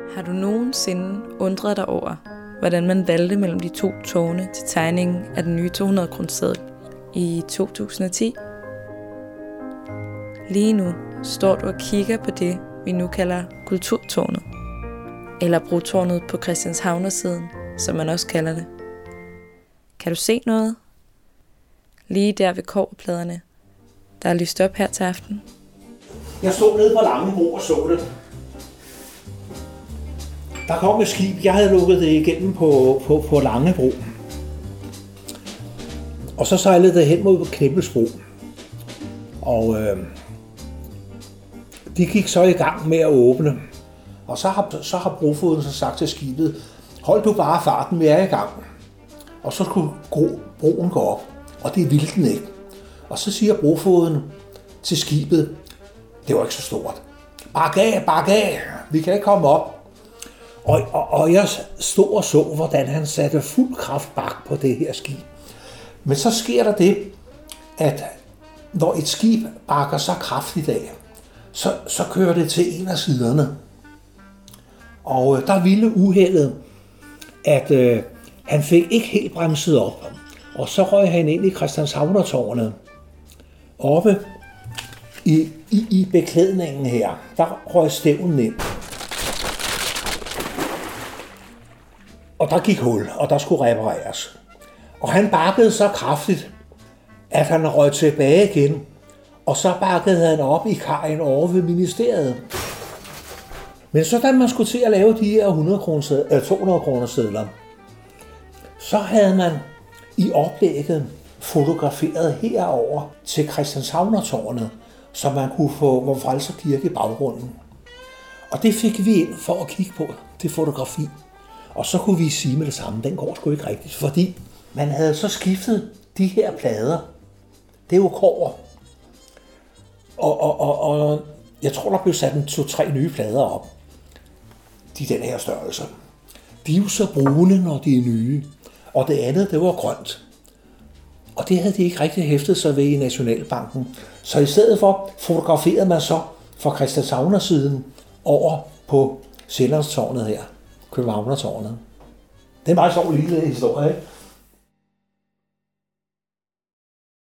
Har du nogensinde undret dig over, hvordan man valgte mellem de to tårne til tegningen af den nye 200-kroneseddel i 2010? Lige nu står du og kigger på det, vi nu kalder Kulturtårnet, eller Brotårnet på Christianshavnersiden, som man også kalder det. Kan du se noget? Lige der ved kobberpladerne, der er lyst op her til aften. Jeg stod nede på Langebro og så det. Der kom et skib, jeg havde lukket det igennem på Langebro. Og så sejlede det hen mod Knippelsbro. Og de gik så i gang med at åbne. Og så har brofogeden så sagt til skibet, hold du bare farten, vi er i gang. Og så skulle broen gå op, og det ville den ikke. Og så siger brofogeden til skibet, det var ikke så stort. Bak af, vi kan ikke komme op. Og jeg stod og så, hvordan han satte fuld kraft bak på det her skib. Men så sker der det, at når et skib bakker så kraftigt af, så kører det til en af siderne. Og der ville uheldet, at han fik ikke helt bremset op. Og så røg han ind i Christianshavnertårnet. Oppe i beklædningen her, der røg stævnen ind. Og der gik hul, og der skulle repareres. Og han bakkede så kraftigt, at han røg tilbage igen. Og så bakkede han op i kajen over ved ministeriet. Men så da man skulle til at lave de her 200 kroner sedler, så havde man i oplægget fotograferet herover til Christianshavnertårnet, så man kunne få Vor Frelser Kirke i baggrunden. Og det fik vi ind for at kigge på, det fotografi. Og så kunne vi sige med det samme, den går sgu ikke rigtigt, fordi man havde så skiftet de her plader. Det er jo kobber. Og jeg tror, der blev sat 2-3 nye plader op. De den her størrelse. De er jo så brune, når de er nye. Og det andet, det var grønt. Og det havde de ikke rigtig hæftet sig ved i Nationalbanken. Så i stedet for fotograferede man så fra Christianshavnersiden over på Sjællandstårnet her. Københavnertårnet. Det er en meget sjov lille historie, ikke?